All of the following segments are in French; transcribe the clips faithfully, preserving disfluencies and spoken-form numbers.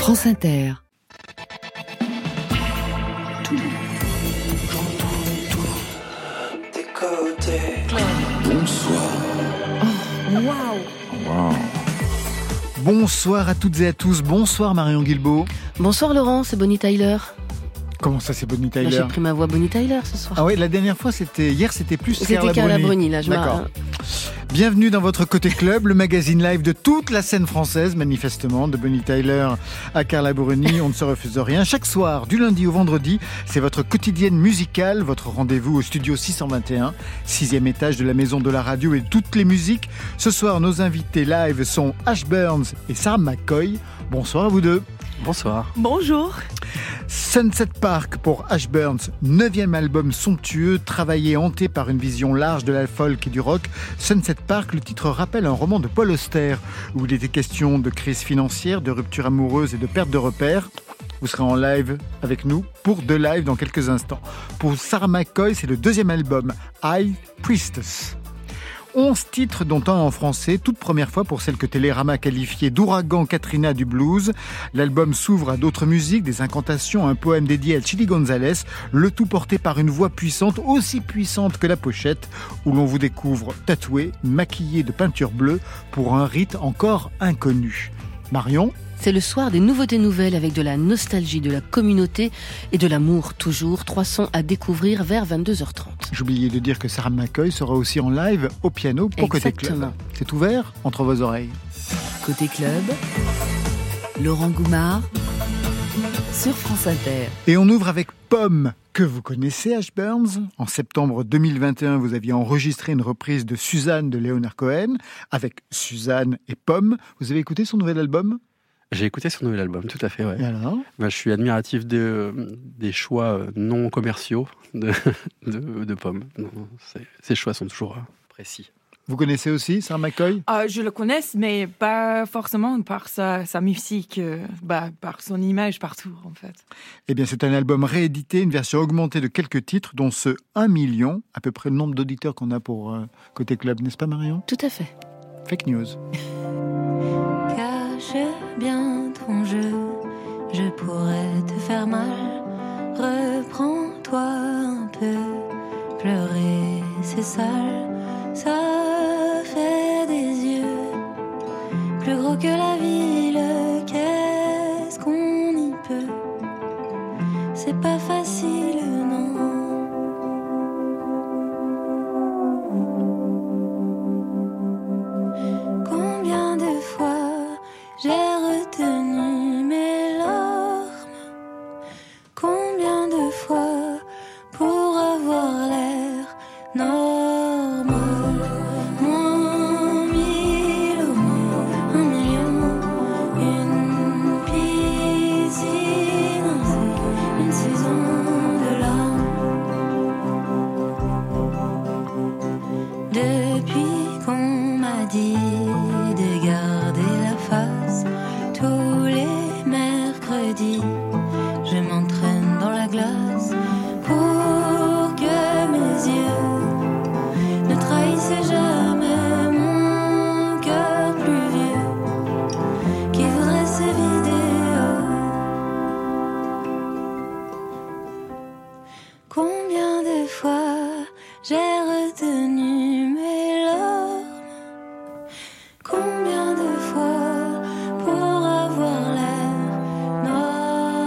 France Inter. Bonsoir. Oh, waouh. Wow. Bonsoir à toutes et à tous. Bonsoir Marion Guilbault. Bonsoir Laurent, c'est Bonnie Tyler. Comment ça, c'est Bonnie Tyler? Là, j'ai pris ma voix Bonnie Tyler ce soir. Ah oui, la dernière fois, c'était hier, c'était plus C'était Carla Bruni. Là, je D'accord. m'en... Bienvenue dans votre Côté Club, le magazine live de toute la scène française, manifestement, de Bonnie Tyler à Carla Bruni. On ne se refuse rien. Chaque soir, du lundi au vendredi, c'est votre quotidienne musicale, votre rendez-vous au studio six cent vingt et un, sixième étage de la maison de la radio et toutes les musiques. Ce soir, nos invités live sont Ash Burns et Sarah McCoy. Bonsoir à vous deux. Bonsoir. Bonjour. Sunset Park pour Ash Burns, neuvième album somptueux, travaillé, hanté par une vision large de la folk et du rock. Sunset Park, le titre rappelle un roman de Paul Auster, où il était question de crise financière, de rupture amoureuse et de perte de repères. Vous serez en live avec nous pour deux lives dans quelques instants. Pour Sarah McCoy, c'est le deuxième album, High Priestess. onze titres dont un en français, toute première fois pour celle que Télérama qualifiait d'ouragan Katrina du blues. L'album s'ouvre à d'autres musiques, des incantations, un poème dédié à Chili Gonzalez, le tout porté par une voix puissante, aussi puissante que la pochette, où l'on vous découvre tatoué, maquillé de peinture bleue pour un rite encore inconnu. Marion ? C'est le soir des nouveautés nouvelles avec de la nostalgie, de la communauté et de l'amour toujours. Trois sons à découvrir vers vingt-deux heures trente. J'oubliais de dire que Sarah McCoy sera aussi en live au piano pour Côté Club. C'est ouvert entre vos oreilles. Côté Club, Laurent Goumard sur France Inter. Et on ouvre avec Pomme, que vous connaissez, Ash Burns. En septembre deux mille vingt et un, vous aviez enregistré une reprise de Suzanne de Leonard Cohen avec Suzanne et Pomme. Vous avez écouté son nouvel album ? J'ai écouté son nouvel album, tout à fait, ouais. Et alors ? Bah, je suis admiratif de, des choix non commerciaux de, de, de Pomme. Non, ces choix sont toujours précis. Vous connaissez aussi Sarah McCoy ? euh, Je le connais, mais pas forcément par sa, sa musique, euh, bah, par son image partout, en fait. Eh bien, c'est un album réédité, une version augmentée de quelques titres, dont ce un million, à peu près le nombre d'auditeurs qu'on a pour euh, Côté Club, n'est-ce pas Marion ? Tout à fait. Fake news. Cache bien ton jeu, je pourrais te faire mal. Reprends-toi un peu, pleurer c'est sale, ça fait des yeux plus gros que la ville. Qu'est-ce qu'on y peut? C'est pas facile, non. Combien de fois j'ai retenu mes larmes, combien de fois pour avoir l'air normal. Moins mille au moins un million, une piscine, une saison de larmes. Depuis qu'on m'a dit de garder la face, tous les mercredis, je m'entraîne dans la glace pour que mes yeux ne trahissent jamais mon cœur plus vieux qui voudrait se vider. Combien de fois j'ai retenu mes larmes, combien de fois pour avoir l'air normal.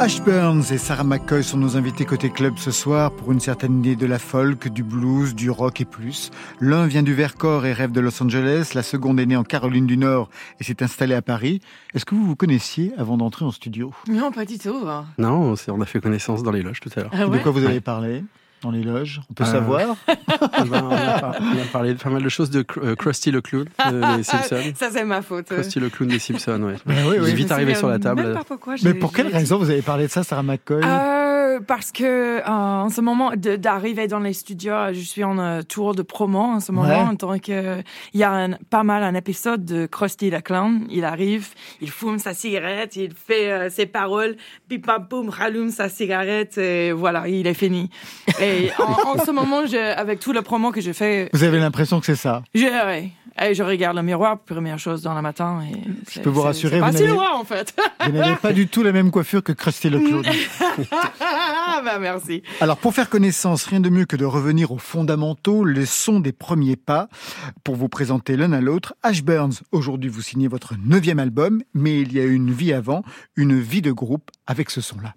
Ash Burns et Sarah McCoy sont nos invités côté club ce soir pour une certaine idée de la folk, du blues, du rock et plus. L'un vient du Vercors et rêve de Los Angeles, la seconde est née en Caroline du Nord et s'est installée à Paris. Est-ce que vous vous connaissiez avant d'entrer en studio ? Non, pas du tout. Hein. Non, on a fait connaissance dans les loges tout à l'heure. Ah ouais ? De quoi vous avez parlé ? Dans les loges, on peut euh... savoir. ben, on, a par... on a parlé de pas mal de choses de euh, Krusty le clown euh, des Simpsons. Ça c'est ma faute. Krusty le clown des Simpsons, ouais. Ben oui, oui. J'ai vite arrivé sur la table. Même pas pourquoi Mais pour quelle raison vous avez parlé de ça, Sarah McCoy ? euh, Parce que euh, en ce moment de, d'arriver dans les studios, je suis en uh, tour de promo en ce moment. Ouais. Donc euh, il y a un, pas mal un épisode de Krusty le clown. Il arrive, il fume sa cigarette, il fait euh, ses paroles, bip bap boum, rallume sa cigarette et voilà, il est fini. Et en, en ce moment, je, avec tout le promo que je fais... Vous avez l'impression que c'est ça ? Je, ouais. Et je regarde le miroir, première chose dans le matin. Et je peux vous rassurer, c'est pas vous, si n'avez... loin, en fait. Vous n'avez pas du tout la même coiffure que Krusty le clown. Ben, merci. Alors, pour faire connaissance, rien de mieux que de revenir aux fondamentaux, les sons des premiers pas, pour vous présenter l'un à l'autre. Ash Burns, aujourd'hui, vous signez votre neuvième album, mais il y a une vie avant, une vie de groupe avec ce son-là.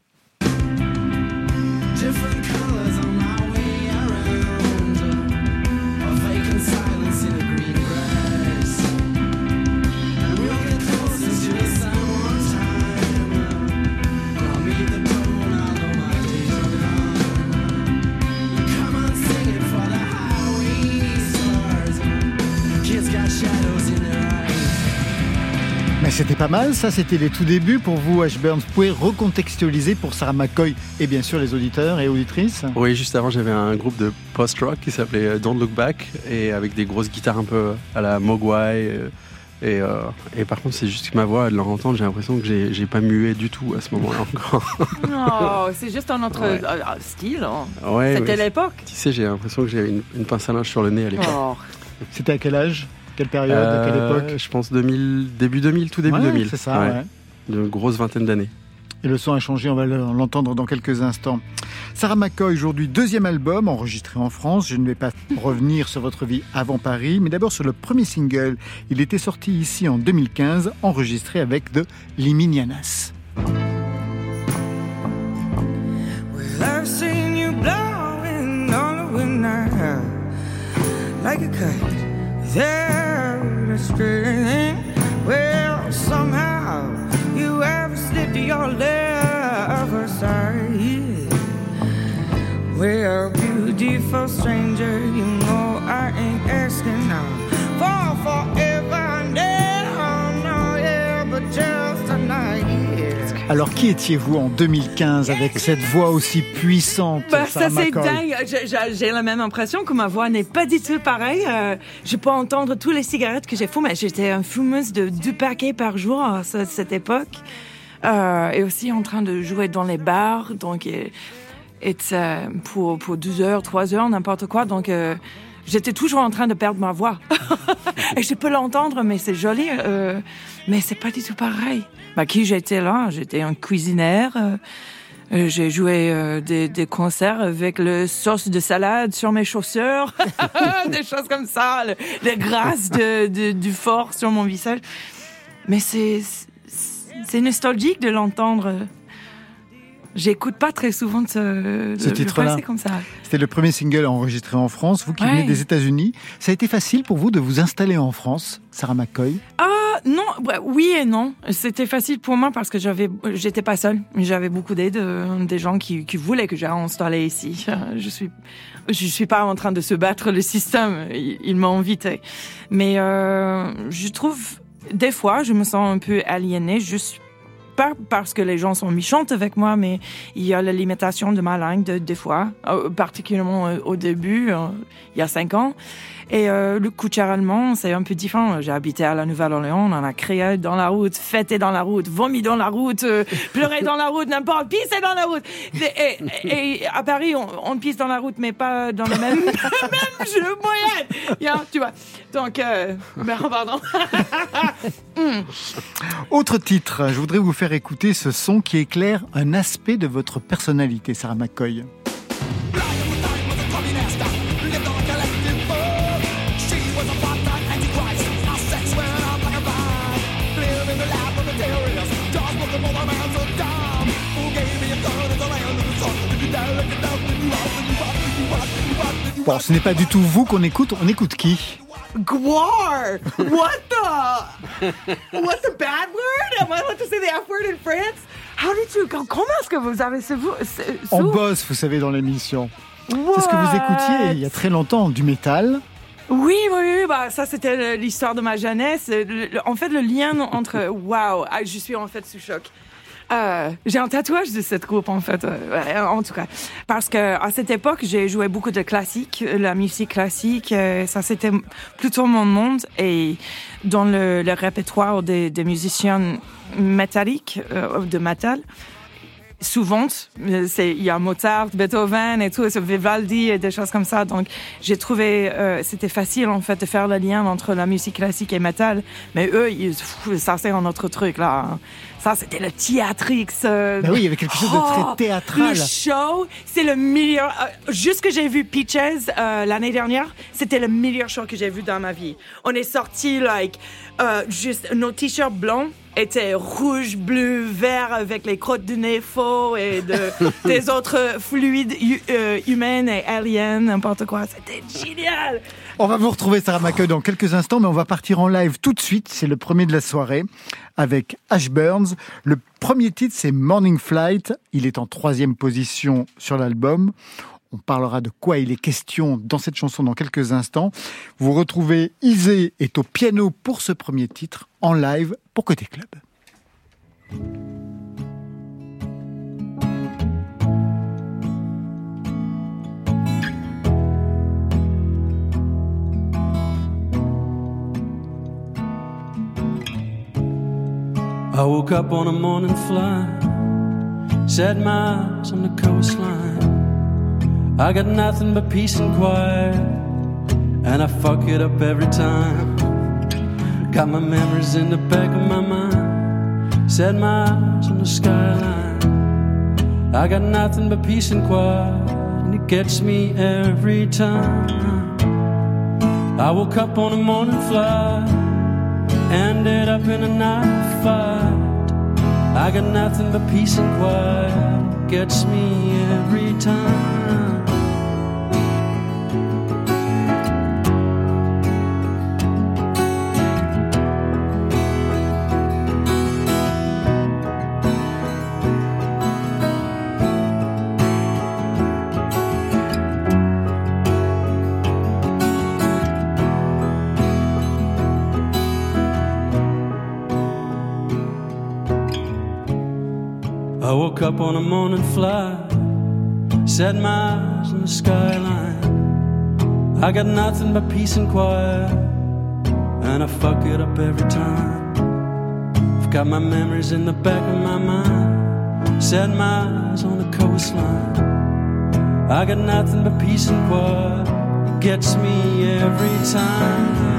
Mais c'était pas mal, ça, c'était les tout débuts pour vous, Ash Burns. Vous pouvez recontextualiser pour Sarah McCoy et bien sûr les auditeurs et auditrices ? Oui, juste avant, j'avais un groupe de post-rock qui s'appelait Don't Look Back et avec des grosses guitares un peu à la Mogwai. Et, et, euh, et par contre, c'est juste que ma voix, de leur entendre, j'ai l'impression que j'ai, j'ai pas mué du tout à ce moment-là encore. Non, c'est juste un autre ouais. style. Hein. Ouais, c'était ouais. l'époque. Tu sais, j'ai l'impression que j'avais une, une pince à linge sur le nez à l'époque. Oh. C'était à quel âge ? Quelle période, euh, à quelle époque ? Je pense deux mille, début deux mille, tout début ouais, deux mille. C'est ça, ouais. ouais. Une grosse vingtaine d'années. Et le son a changé, on va l'entendre dans quelques instants. Sarah McCoy, aujourd'hui, deuxième album, enregistré en France. Je ne vais pas revenir sur votre vie avant Paris, mais d'abord sur le premier single. Il était sorti ici en deux mille quinze, enregistré avec The Liminianas. Well, I've seen you blowing on the wind now, like a kite. There, the string. Well, somehow you ever slipped to your left side. Well, beautiful stranger, you know I ain't asking now for forever and ever, no, yeah, but just a night. Alors, qui étiez-vous en deux mille quinze avec cette voix aussi puissante? Bah, ça, c'est dingue. J'ai, j'ai la même impression que ma voix n'est pas du tout pareille. Euh, je peux entendre tous les cigarettes que j'ai fumées. J'étais une fumeuse de deux paquets par jour à cette époque. Euh, et aussi en train de jouer dans les bars. Donc, et, et euh, pour, pour deux heures, trois heures, n'importe quoi. Donc, euh, j'étais toujours en train de perdre ma voix. Et je peux l'entendre, mais c'est joli. Euh, mais c'est pas du tout pareil. Bah, qui j'étais là? J'étais un cuisinière. Euh, j'ai joué euh, des, des concerts avec le sauce de salade sur mes chaussures. Des choses comme ça. Le, les grâces de, de, du fort sur mon visage. Mais c'est, c'est nostalgique de l'entendre. J'écoute pas très souvent de ce, ce de, titre-là. De comme ça. C'était le premier single enregistré en France. Vous qui ouais. venez des États-Unis, ça a été facile pour vous de vous installer en France, Sarah McCoy? Ah non, bah, oui et non. C'était facile pour moi parce que j'avais, j'étais pas seule. J'avais beaucoup d'aide, euh, des gens qui, qui voulaient que j'installe ici. Je suis, je suis pas en train de se battre le système. Ils, ils m'ont invité. Mais euh, je trouve, des fois, je me sens un peu aliénée. Je suis pas parce que les gens sont méchants avec moi, mais il y a la limitation de ma langue de, des fois, euh, particulièrement euh, au début, euh, il y a cinq ans. Et euh, le kuchar allemand, c'est un peu différent. J'ai habité à la Nouvelle-Orléans, on en a crié dans la route, fêté dans la route, vomi dans la route, euh, pleuré dans la route, n'importe, pissé dans la route. Et, et, et à Paris, on, on pisse dans la route, mais pas dans le même, même jeu moyen. Yeah, tu vois. Donc, euh, ben, pardon. mm. Autre titre, je voudrais vous faire écouter ce son qui éclaire un aspect de votre personnalité, Sarah McCoy. Bon, ce n'est pas du tout vous qu'on écoute, on écoute qui? Gwar! What the? What the bad word? Am I allowed to say the F word in France? How did you... Comment est-ce que vous avez ce... ce On bosse, vous savez, dans l'émission. What? C'est ce que vous écoutiez il y a très longtemps, du métal. Oui, oui, oui, bah, ça c'était l'histoire de ma jeunesse. Le, le, en fait, le lien entre... Waouh, je suis en fait sous choc. Euh, j'ai un tatouage de cette groupe, en fait, euh, en tout cas. Parce que à cette époque, j'ai joué beaucoup de classiques, la musique classique, euh, ça c'était plutôt mon monde. Et dans le, le répertoire des, des musiciens métalliques, euh, de métal, souvent, c'est, il y a Mozart, Beethoven et tout, Vivaldi et des choses comme ça. Donc, j'ai trouvé, euh, c'était facile, en fait, de faire le lien entre la musique classique et métal. Mais eux, ils, pff, ça, c'est un autre truc, là. Ça, c'était le Theatrix. Euh... Ben oui, il y avait quelque chose de très oh, théâtral. Le show, c'est le meilleur. Euh, juste que j'ai vu Peaches euh, l'année dernière, c'était le meilleur show que j'ai vu dans ma vie. On est sortis, like, euh, juste nos t-shirts blancs étaient rouge, bleu, vert avec les crottes de nez faux et de, des autres fluides hu- euh, humains et aliens, n'importe quoi. C'était génial. On va vous retrouver, Sarah McCoy, dans quelques instants, mais on va partir en live tout de suite. C'est le premier de la soirée avec Ash Burns. Le premier titre, c'est Morning Flight. Il est en troisième position sur l'album. On parlera de quoi il est question dans cette chanson dans quelques instants. Vous retrouvez Isé est au piano pour ce premier titre en live pour Côté Club. I woke up on a morning flight, set miles on the coastline. I got nothing but peace and quiet, and I fuck it up every time. Got my memories in the back of my mind, set miles on the skyline. I got nothing but peace and quiet, and it gets me every time. I woke up on a morning flight, ended up in a night fight. I got nothing but peace and quiet, gets me every time. I woke up on a morning flight, set my eyes on the skyline. I got nothing but peace and quiet, and I fuck it up every time. I've got my memories in the back of my mind, set my eyes on the coastline. I got nothing but peace and quiet, it gets me every time.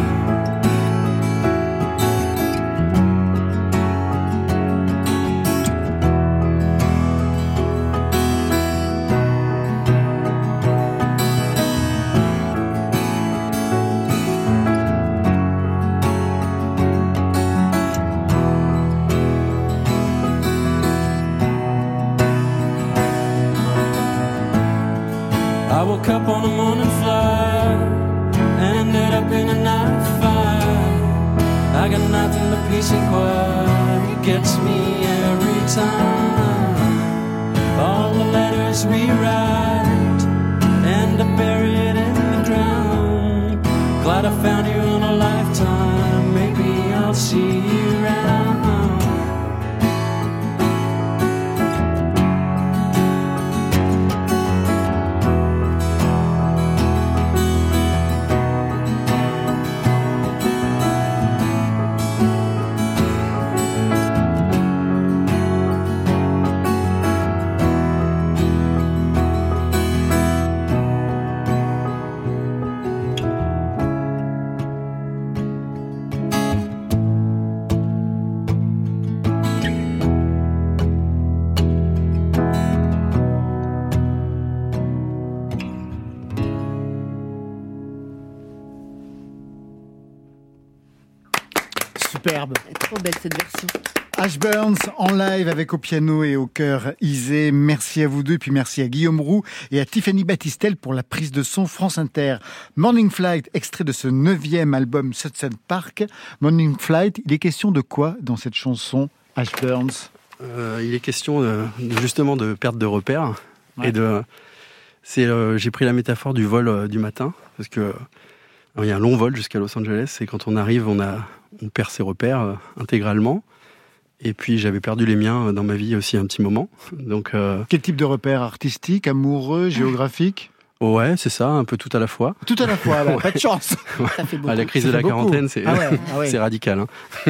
I woke up on a morning flight, ended up in a night fight. I got nothing but peace and quiet, it gets me every time. All the letters we write end up buried in the ground. Glad I found you in a lifetime, maybe I'll see you around. Superbe. Trop belle cette version. Ash Burns en live avec au piano et au chœur Isée. Merci à vous deux, puis merci à Guillaume Roux et à Tiffany Battistel pour la prise de son France Inter. Morning Flight, extrait de ce neuvième album Sunset Park. Morning Flight, il est question de quoi dans cette chanson, Ash Burns? euh, Il est question de, justement de perte de repères. Ouais. Et de, c'est, euh, j'ai pris la métaphore du vol euh, du matin, parce que euh, il y a un long vol jusqu'à Los Angeles, et quand on arrive, on, a, on perd ses repères euh, intégralement. Et puis j'avais perdu les miens dans ma vie aussi un petit moment. Donc, euh... quel type de repères? Artistiques, amoureux, géographiques? Ouais, c'est ça, un peu tout à la fois. Tout à la fois, bah, ouais. Pas de chance. Ouais. Ça fait beaucoup. Ah, la crise ça de la beaucoup. quarantaine, c'est, ah ouais, ah ouais. c'est radical. Hein.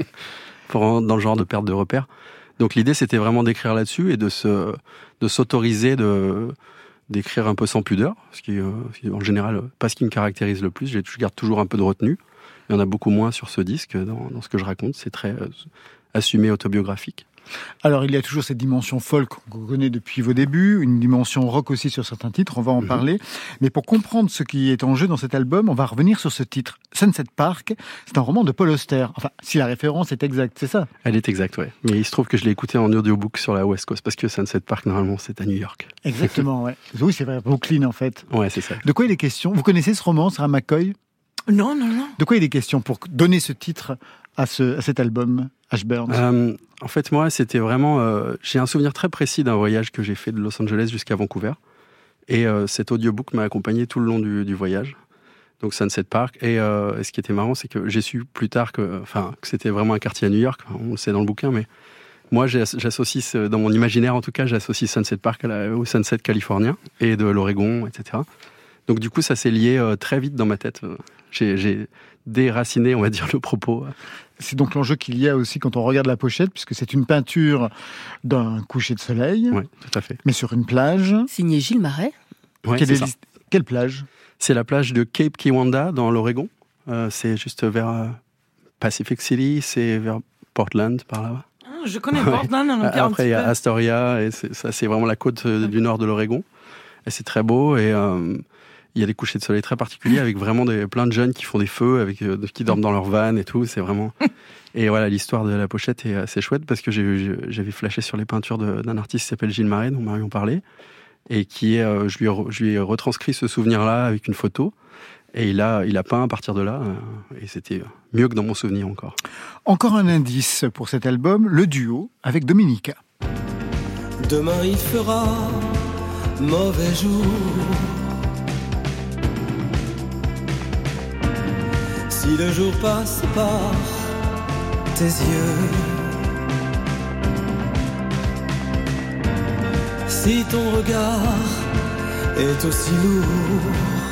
Pour, dans le genre de perte de repères. Donc l'idée, c'était vraiment d'écrire là-dessus et de, se, de s'autoriser de, d'écrire un peu sans pudeur, ce qui, euh, en général, pas ce qui me caractérise le plus. Je garde toujours un peu de retenue. Il y en a beaucoup moins sur ce disque, dans, dans ce que je raconte. C'est très... Euh, assumé, autobiographique. Alors, il y a toujours cette dimension folk qu'on connaît depuis vos débuts, une dimension rock aussi sur certains titres, on va en mmh. parler. Mais pour comprendre ce qui est en jeu dans cet album, on va revenir sur ce titre. Sunset Park, c'est un roman de Paul Auster. Enfin, si la référence est exacte, c'est ça? Elle est exacte, ouais. Mais il se trouve que je l'ai écouté en audiobook sur la West Coast, parce que Sunset Park, normalement, c'est à New York. Exactement, ouais. Oui, c'est vrai, Brooklyn, en fait. Ouais, c'est ça. De quoi il est question? Vous connaissez ce roman, Sarah McCoy? Non, non, non. De quoi il est question pour donner ce titre à, ce, à cet album, Ash Burns? euh, En fait, moi, c'était vraiment... Euh, j'ai un souvenir très précis d'un voyage que j'ai fait de Los Angeles jusqu'à Vancouver. Et euh, cet audiobook m'a accompagné tout le long du, du voyage. Donc Sunset Park. Et, euh, et ce qui était marrant, c'est que j'ai su plus tard que, enfin, que c'était vraiment un quartier à New York. On le sait dans le bouquin, mais moi, j'associe, dans mon imaginaire en tout cas, j'associe Sunset Park à la, au Sunset californien et de l'Oregon, et cetera. Donc du coup, ça s'est lié euh, très vite dans ma tête. J'ai, j'ai déraciné, on va dire, le propos. C'est donc l'enjeu qu'il y a aussi quand on regarde la pochette, puisque c'est une peinture d'un coucher de soleil. Oui, tout à fait. Mais sur une plage. Signé Gilles Marais. Ouais, Quelle, c'est est ça. Liste... Quelle plage? C'est la plage de Cape Kiwanda, dans l'Oregon. Euh, c'est juste vers euh, Pacific City, c'est vers Portland, par là-bas. Ah, je connais Portland, on en parle. Après, il y a Astoria, et c'est, ça, c'est vraiment la côte euh, du nord de l'Oregon. Et c'est très beau, et... Euh, il y a des couchers de soleil très particuliers avec vraiment des, plein de jeunes qui font des feux, avec, euh, qui dorment dans leur van et tout. C'est vraiment... Et voilà, l'histoire de la pochette est assez chouette parce que j'ai, j'avais flashé sur les peintures de, d'un artiste qui s'appelle Gilles Marais, dont Marion parlait, et qui est, euh, je, lui ai, je lui ai retranscrit ce souvenir-là avec une photo. Et il a, il a peint à partir de là, euh, et c'était mieux que dans mon souvenir encore. Encore un indice pour cet album, le duo avec Dominica. Demain il fera mauvais jour. Si le jour passe par tes yeux, si ton regard est aussi lourd,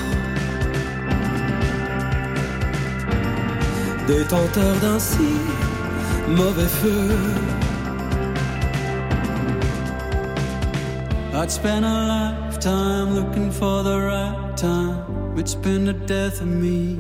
détenteur d'un si mauvais feu, I'd spend a lifetime looking for the right time. It's been the death of me.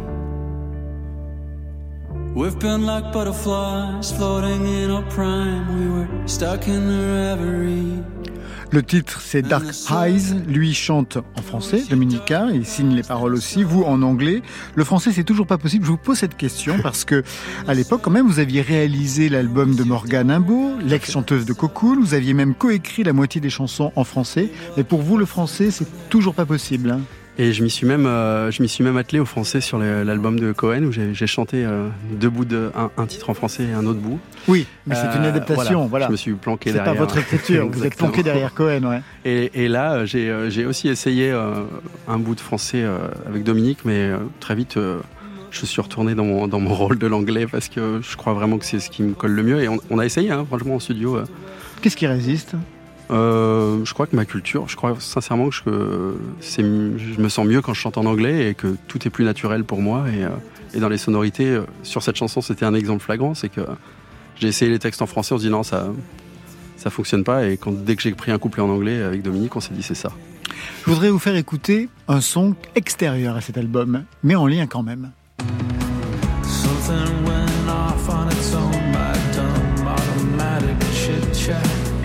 We've been like butterflies floating in our prime. We were stuck in the reverie. Le titre, c'est Dark Eyes. Lui chante en français, Dominica, il signe les paroles aussi, vous en anglais. Le français, c'est toujours pas possible. Je vous pose cette question parce que, à l'époque, quand même, vous aviez réalisé l'album de Morgane Imbeau, l'ex-chanteuse de Cocoon. Vous aviez même coécrit la moitié des chansons en français. Mais pour vous, le français, c'est toujours pas possible, hein. Et je m'y suis même, euh, je m'y suis même attelé au français sur le, l'album de Cohen où j'ai, j'ai chanté euh, deux bouts de un, un titre en français et un autre bout. Oui, mais c'est une adaptation. Euh, voilà. voilà. Je me suis planqué c'est derrière. C'est pas votre écriture. Vous êtes planqué derrière Cohen, ouais. Et, et là, j'ai, j'ai aussi essayé euh, un bout de français euh, avec Dominique, mais euh, très vite, euh, je suis retourné dans mon, dans mon rôle de l'anglais parce que je crois vraiment que c'est ce qui me colle le mieux. Et on, on a essayé, hein, franchement, en studio. Euh. Qu'est-ce qui résiste? Euh, je crois que ma culture, je crois sincèrement que je, c'est, je me sens mieux quand je chante en anglais et que tout est plus naturel pour moi. Et, euh, et dans les sonorités, euh, sur cette chanson, c'était un exemple flagrant, c'est que j'ai essayé les textes en français, on se dit non, ça, ça fonctionne pas. Et quand, dès que j'ai pris un couplet en anglais avec Dominique, on s'est dit c'est ça. Je voudrais vous faire écouter un son extérieur à cet album, mais en lien quand même. Something went off on its own, my dumb automatic chit-chat.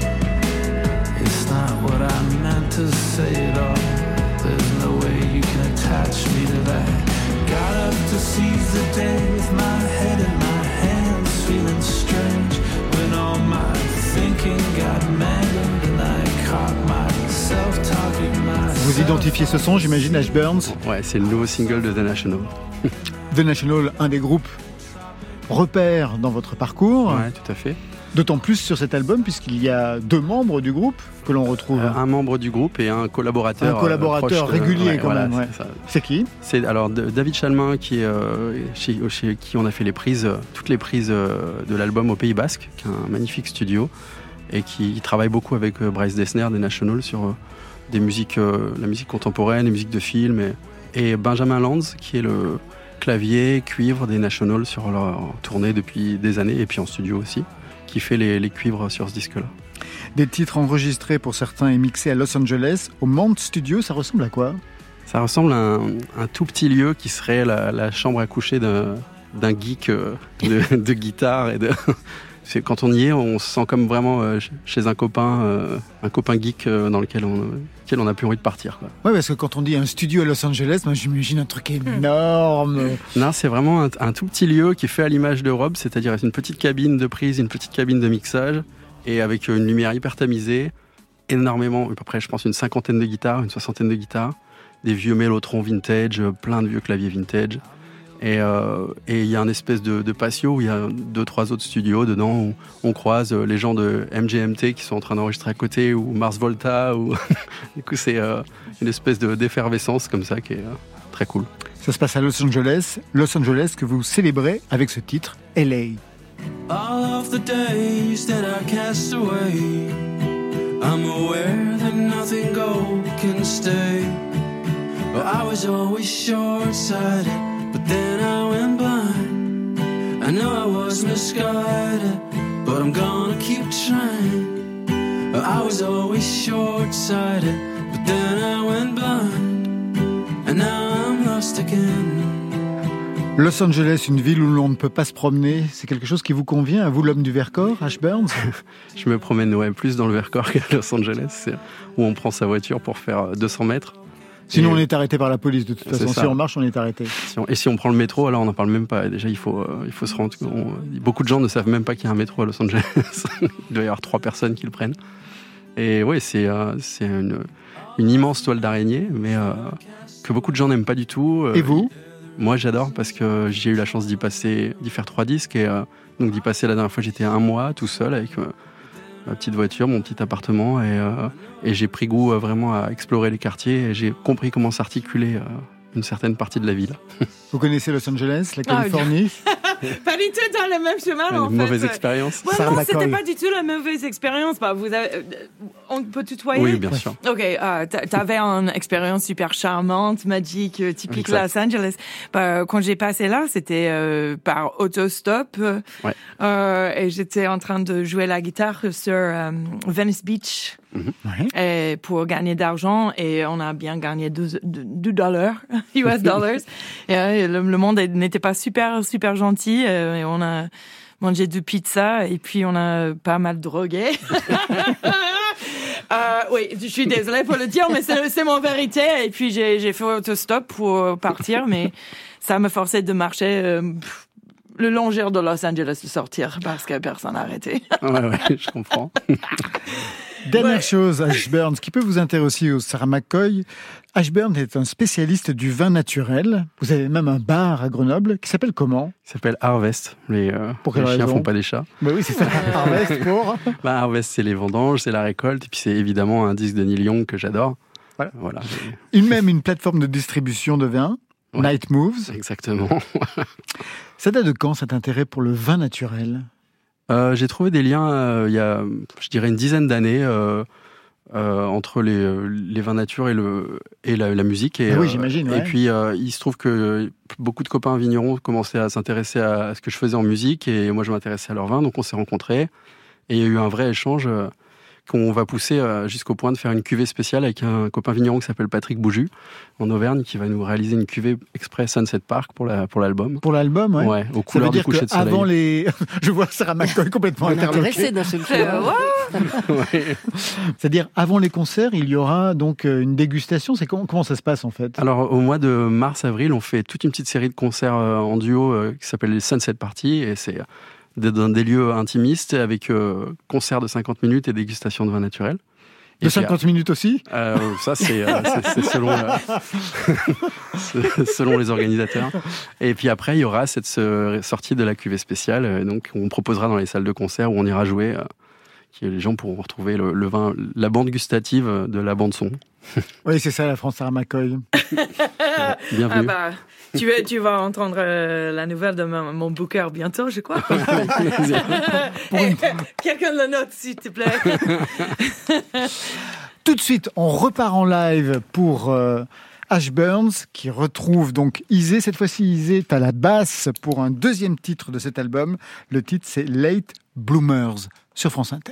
What I meant to say at all. There's no way you can attach me to that. Got up to seize the day with my head in my hands, feeling strange when all Vous identifiez ce son, j'imagine, Ash Burns? Ouais, c'est le nouveau single de The National. The National, un des groupes repères dans votre parcours. Ouais, tout à fait. D'autant plus sur cet album, puisqu'il y a deux membres du groupe que l'on retrouve. Euh, un membre du groupe et un collaborateur. Un collaborateur euh, régulier, de... ouais, quand voilà, même. Ouais. C'est, c'est qui? C'est alors de, David Chalmin, qui est, euh, chez, chez qui on a fait les prises, euh, toutes les prises euh, de l'album au Pays Basque, qui est un magnifique studio, et qui travaille beaucoup avec euh, Bryce Dessner des National sur euh, des musiques, euh, la musique contemporaine, les musiques de films, et, et Benjamin Lanz, qui est le clavier, cuivre des National sur leur tournée depuis des années, et puis en studio aussi, qui fait les, les cuivres sur ce disque-là. Des titres enregistrés pour certains et mixés à Los Angeles. Au Mount Studio, ça ressemble à quoi? Ça ressemble à un, un tout petit lieu qui serait la, la chambre à coucher d'un, d'un geek de, de guitare. Et de c'est, quand on y est, on se sent comme vraiment chez un copain, un copain geek dans lequel on, lequel on a plus envie de partir. Oui, parce que quand on dit un studio à Los Angeles, moi j'imagine un truc énorme. Non, c'est vraiment un, un tout petit lieu qui est fait à l'image de Rob, c'est-à-dire une petite cabine de prise, une petite cabine de mixage, et avec une lumière hyper tamisée, énormément, à peu près je pense une cinquantaine de guitares, une soixantaine de guitares, des vieux mélotrons vintage, plein de vieux claviers vintage. Et euh, et il y a un espèce de, de patio où il y a deux, trois autres studios dedans où on croise les gens de M G M T qui sont en train d'enregistrer à côté, ou Mars Volta, ou du coup c'est euh, une espèce de, d'effervescence comme ça qui est euh, très cool. Ça se passe à Los Angeles, Los Angeles que vous célébrez avec ce titre, L A. All of the days that I cast away, I'm aware that nothing gold can stay. I was always short-sighted, but then I went blind. I know I was misguided, but I'm gonna keep trying. I was always short-sighted, but then I went blind. And now I'm lost again. Los Angeles, une ville où l'on ne peut pas se promener, c'est quelque chose qui vous convient, à vous l'homme du Vercors, Ash Burns? Je me promène ouais, plus dans le Vercors qu'à Los Angeles, c'est où on prend sa voiture pour faire deux cents mètres. Sinon, et on est arrêté par la police, de toute façon. Si on marche, on est arrêté. Si on, et si on prend le métro, alors on n'en parle même pas. Déjà, il faut, euh, il faut se rendre compte. Beaucoup de gens ne savent même pas qu'il y a un métro à Los Angeles. Il doit y avoir trois personnes qui le prennent. Et oui, c'est, euh, c'est une, une immense toile d'araignée, mais euh, que beaucoup de gens n'aiment pas du tout. Et vous? Moi, j'adore parce que j'ai eu la chance d'y passer, d'y faire trois disques. Et euh, donc, d'y passer la dernière fois, j'étais un mois tout seul avec euh, ma petite voiture, mon petit appartement. Et, euh, et j'ai pris goût euh, vraiment à explorer les quartiers. Et j'ai compris comment s'articuler euh, une certaine partie de la ville. Vous connaissez Los Angeles, la Californie? Pas du tout dans le même chemin, une en fait. Mauvaise expérience. Ouais, non, c'était pas du tout la mauvaise expérience. Bah, vous avez... On peut tutoyer? Oui, bien sûr. Ok, euh, t'avais une expérience super charmante, magique, typique exact. Los Angeles. Bah, quand j'ai passé là, c'était euh, par autostop. Ouais. Euh, et j'étais en train de jouer la guitare sur euh, Venice Beach. Mm-hmm. Et pour gagner d'argent, et on a bien gagné deux dollars, U S dollars. Et euh, le, le monde n'était pas super, super gentil. Euh, et on a mangé du pizza et puis on a pas mal drogué. euh, oui, je suis désolée pour le dire, mais c'est, c'est mon vérité. Et puis j'ai, j'ai fait autostop pour partir, mais ça me forçait de marcher euh, le longeur de Los Angeles de sortir parce que personne n'a arrêté. Ouais, ouais, je comprends. Dernière Ouais. chose, Ash Burns, qui peut vous intéresser au Sarah McCoy. Ash Burns est un spécialiste du vin naturel. Vous avez même un bar à Grenoble qui s'appelle comment? Il s'appelle Harvest. Les, euh, Pour quelle les chiens raison? font pas des chats. Bah oui, c'est ça. Harvest pour. Bah, Harvest, c'est les vendanges, c'est la récolte. Et puis c'est évidemment un disque de Neil Young que j'adore. Voilà. Voilà. Une même une plateforme de distribution de vin, Ouais. Night Moves. Exactement. Ça date de quand cet intérêt pour le vin naturel? Euh, j'ai trouvé des liens euh, il y a, je dirais, une dizaine d'années euh, euh, entre les, les vins nature et, le, et la, la musique. Et, Ah oui, euh, j'imagine, ouais. Et puis, euh, il se trouve que beaucoup de copains vignerons commençaient à s'intéresser à, à ce que je faisais en musique, et moi, je m'intéressais à leur vin, donc on s'est rencontrés. Et il y a eu un vrai échange euh, qu'on va pousser euh, jusqu'au point de faire une cuvée spéciale avec un copain vigneron qui s'appelle Patrick Bouju, en Auvergne, qui va nous réaliser une cuvée exprès Sunset Park pour, la, pour l'album. Pour l'album, ouais. Ouais, aux Ça veut couleurs du dire coucher de soleil. qu'avant les... Je vois Sarah McCoy complètement On est intéressé interloquée. d'un seul coup. Euh, ouais. Ouais. C'est-à-dire, avant les concerts, il y aura donc euh, une dégustation. C'est comment, comment ça se passe, en fait? Alors, au mois de mars-avril, on fait toute une petite série de concerts euh, en duo euh, qui s'appelle les Sunset Party, et c'est dans des lieux intimistes avec euh, concerts de cinquante minutes et dégustation de vin naturel. De cinquante minutes aussi euh, Ça, c'est, euh, c'est, c'est, selon, euh, c'est selon les organisateurs. Et puis après, il y aura cette sortie de la cuvée spéciale. Euh, donc, on proposera dans les salles de concert où on ira jouer, euh, que les gens pourront retrouver le, le vin, la bande gustative de la bande-son. Oui, c'est ça, la France Sarah McCoy. Bienvenue. Ah bah, tu, tu vas entendre euh, la nouvelle de mon, mon booker bientôt, je crois. Hey, quelqu'un le note, s'il te plaît. Tout de suite, on repart en live pour euh, Ash Burns, qui retrouve donc Izé. Cette fois-ci, Izé est à la basse pour un deuxième titre de cet album. Le titre, c'est Late Bloomers sur France Inter.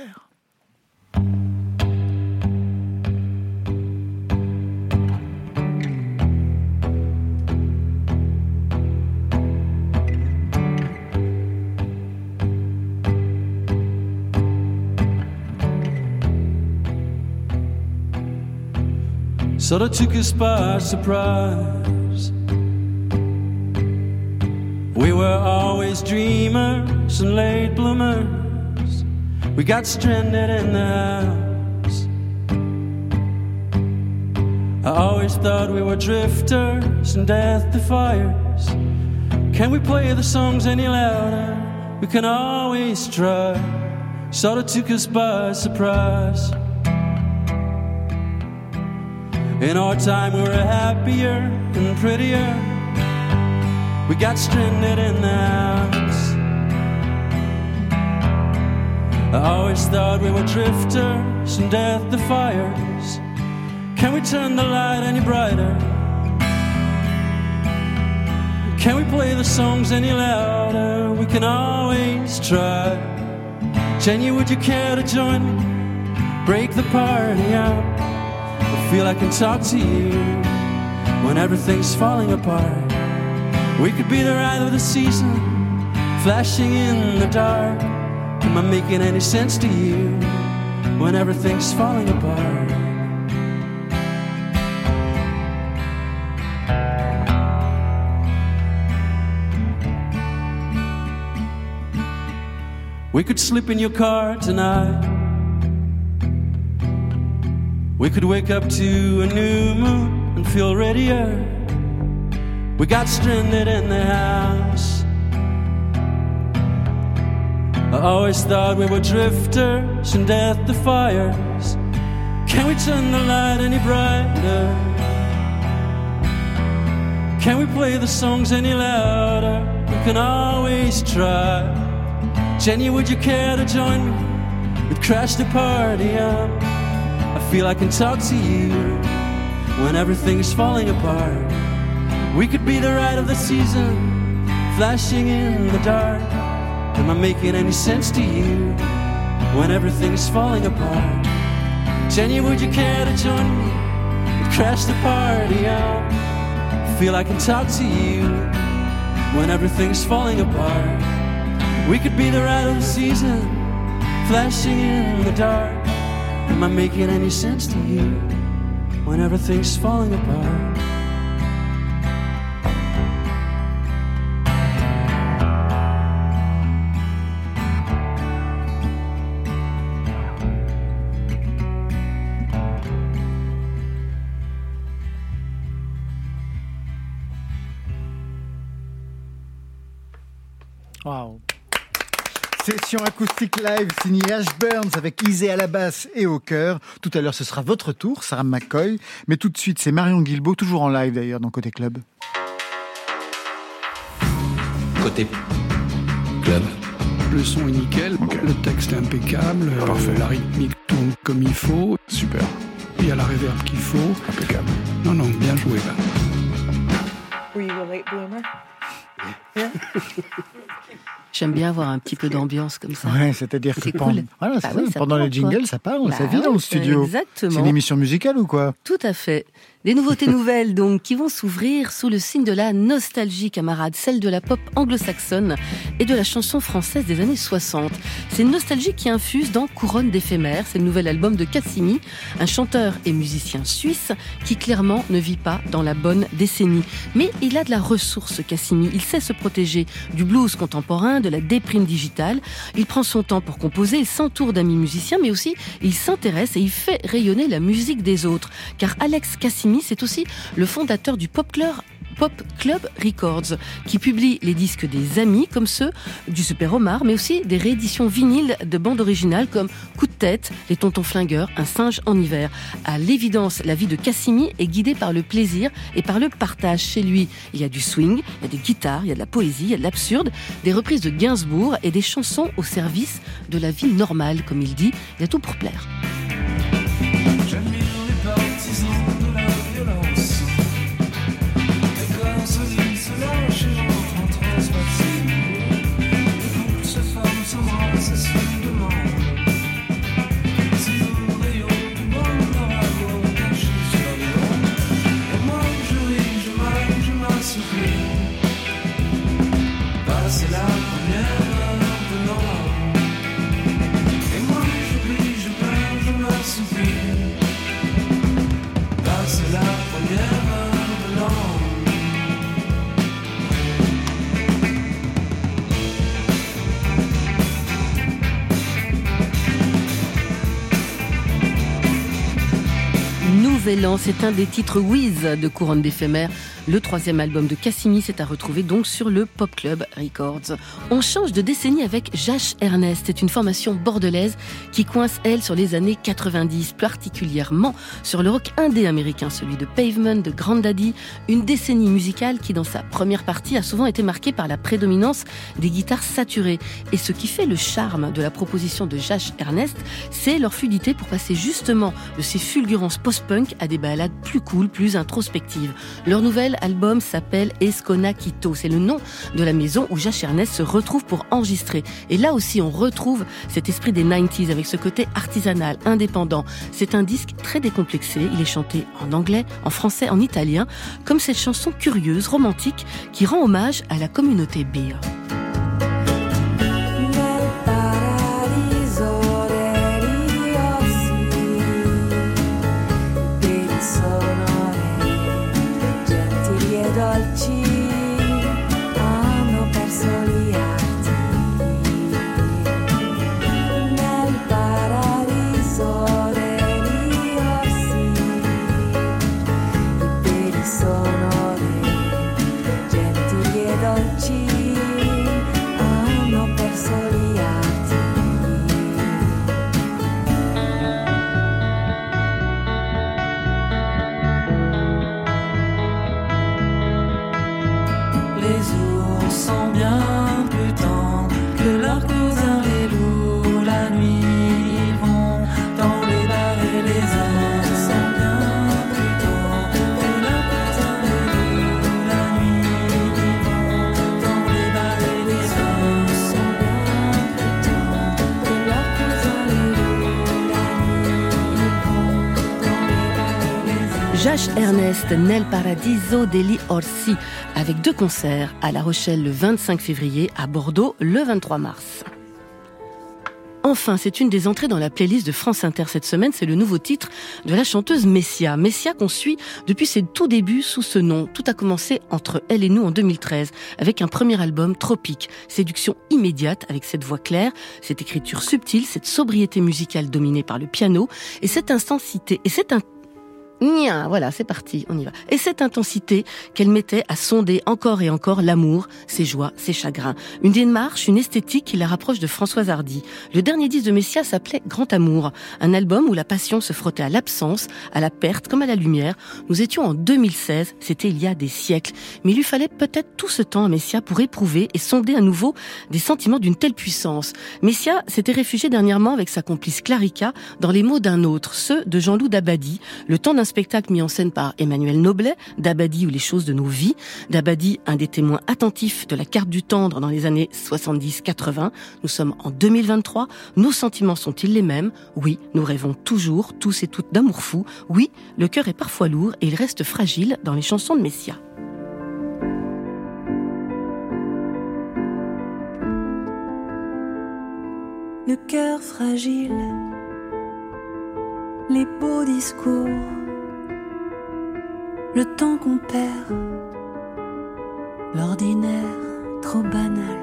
Sort of took us by surprise. We were always dreamers and late bloomers. We got stranded in the house. I always thought we were drifters and death defiers. Can we play the songs any louder? We can always try. Sort of took us by surprise. In our time we were happier and prettier. We got stranded in the house. I always thought we were drifters and death defiers. Can we turn the light any brighter? Can we play the songs any louder? We can always try. Jenny, would you care to join me? Break the party out. I feel I can talk to you when everything's falling apart. We could be the ride of the season, flashing in the dark. Am I making any sense to you when everything's falling apart? We could sleep in your car tonight. We could wake up to a new moon and feel readier. We got stranded in the house. I always thought we were drifters and death defiers. Can we turn the light any brighter? Can we play the songs any louder? We can always try. Jenny, would you care to join me? We'd crash the party up. I feel I can talk to you when everything's falling apart. We could be the ride of the season, flashing in the dark. Am I making any sense to you when everything's falling apart? Jenny, would you care to join me? We'd crash the party out. I feel I can talk to you when everything's falling apart. We could be the ride of the season, flashing in the dark. Am I making any sense to you when everything's falling apart? Wow. Session acoustique live signée Ash Burns avec Izé à la basse et au chœur. Tout à l'heure, ce sera votre tour, Sarah McCoy. Mais tout de suite, c'est Marion Guilbault, toujours en live d'ailleurs dans Côté Club. Côté Club. Le son est nickel, le texte est impeccable, euh, la rythmique tourne comme il faut. Super. Il y a la réverb qu'il faut. Impeccable. Non, non, bien joué là. Were you a late bloomer? Yeah. J'aime bien avoir un petit peu d'ambiance comme ça. Ouais, c'est-à-dire que c'est pendant, cool. voilà, bah c'est oui, ça, ça pendant parle, les jingles, quoi. ça parle, Bah ça vit ouais, dans le studio. Exactement. C'est une émission musicale ou quoi? Tout à fait. Les nouveautés nouvelles, donc, qui vont s'ouvrir sous le signe de la nostalgie, camarades, celle de la pop anglo-saxonne et de la chanson française des années soixante. C'est une nostalgie qui infuse dans Couronne d'éphémères, c'est le nouvel album de Cassimi, un chanteur et musicien suisse qui clairement ne vit pas dans la bonne décennie. Mais il a de la ressource, Cassimi. Il sait se protéger du blues contemporain, de la déprime digitale. Il prend son temps pour composer, il s'entoure d'amis musiciens, mais aussi il s'intéresse et il fait rayonner la musique des autres. Car Alex Cassimi, c'est aussi le fondateur du Pop Club Pop Club Records, qui publie les disques des amis, comme ceux du Super Omar, mais aussi des rééditions vinyles de bandes originales comme Coup de tête, Les Tontons Flingueurs, Un singe en hiver. À l'évidence, la vie de Cassimi est guidée par le plaisir et par le partage. Chez lui, il y a du swing, il y a des guitares, il y a de la poésie, il y a de l'absurde, des reprises de Gainsbourg et des chansons au service de la vie normale, comme il dit. Il y a tout pour plaire. C'est un des titres Whiz de Couronne d'éphémères. Le troisième album de Cassimi, c'est à retrouver donc sur le Pop Club Records. On change de décennie avec Jash Ernest. C'est une formation bordelaise qui coince, elle, sur les années quatre-vingt-dix, particulièrement sur le rock indé américain, celui de Pavement, de Grandaddy. Une décennie musicale qui, dans sa première partie, a souvent été marquée par la prédominance des guitares saturées. Et ce qui fait le charme de la proposition de Jash Ernest, c'est leur fluidité pour passer justement de ces fulgurances post-punk à des ballades plus cool, plus introspectives. Leur nouvelle album s'appelle Escona Quito. C'est le nom de la maison où Jash Ernest se retrouve pour enregistrer. Et là aussi, on retrouve cet esprit des quatre-vingt-dix avec ce côté artisanal, indépendant. C'est un disque très décomplexé. Il est chanté en anglais, en français, en italien, comme cette chanson curieuse, romantique, qui rend hommage à la communauté beer. Jash Ernest, Nel Paradiso degli Orsi, avec deux concerts à La Rochelle le vingt-cinq février, à Bordeaux le vingt-trois mars. Enfin, c'est une des entrées dans la playlist de France Inter cette semaine, c'est le nouveau titre de la chanteuse Messia. Messia qu'on suit depuis ses tout débuts sous ce nom. Tout a commencé entre elle et nous en deux mille treize, avec un premier album, Tropique. Séduction immédiate avec cette voix claire, cette écriture subtile, cette sobriété musicale dominée par le piano, et cette intensité, et cette intensité, Nia, voilà, c'est parti, on y va. Et cette intensité qu'elle mettait à sonder encore et encore l'amour, ses joies, ses chagrins. Une démarche, une esthétique qui la rapproche de Françoise Hardy. Le dernier disque de Messia s'appelait Grand Amour. Un album où la passion se frottait à l'absence, à la perte, comme à la lumière. Nous étions en deux mille seize, c'était il y a des siècles. Mais il lui fallait peut-être tout ce temps à Messia pour éprouver et sonder à nouveau des sentiments d'une telle puissance. Messia s'était réfugié dernièrement avec sa complice Clarica dans les mots d'un autre, ceux de Jean-Loup Dabadi. Le temps d'un spectacle mis en scène par Emmanuel Noblet, Dabadi ou les choses de nos vies. Dabadi, un des témoins attentifs de la carte du tendre dans les années soixante-dix quatre-vingts. Nous sommes en deux mille vingt-trois. Nos sentiments sont-ils les mêmes ? Oui, nous rêvons toujours, tous et toutes, d'amour fou. Oui, le cœur est parfois lourd et il reste fragile dans les chansons de Messia. Le cœur fragile, les beaux discours, le temps qu'on perd, l'ordinaire trop banal,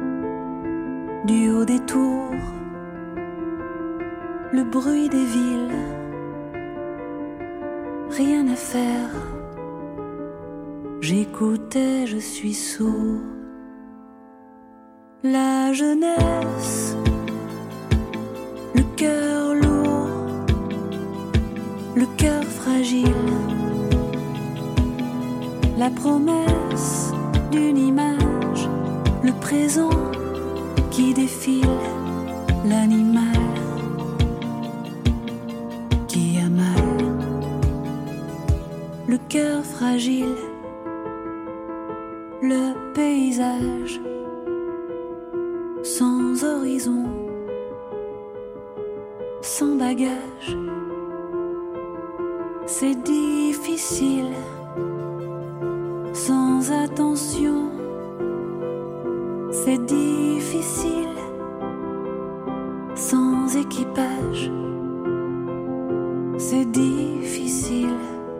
du haut des tours, le bruit des villes, rien à faire, j'écoutais, je suis sourd, la jeunesse, le cœur lourd, le cœur fragile, la promesse d'une image, le présent qui défile, l'animal qui a mal, le cœur fragile, le paysage sans horizon, sans bagage, c'est difficile, sans attention, c'est difficile, sans équipage, c'est difficile,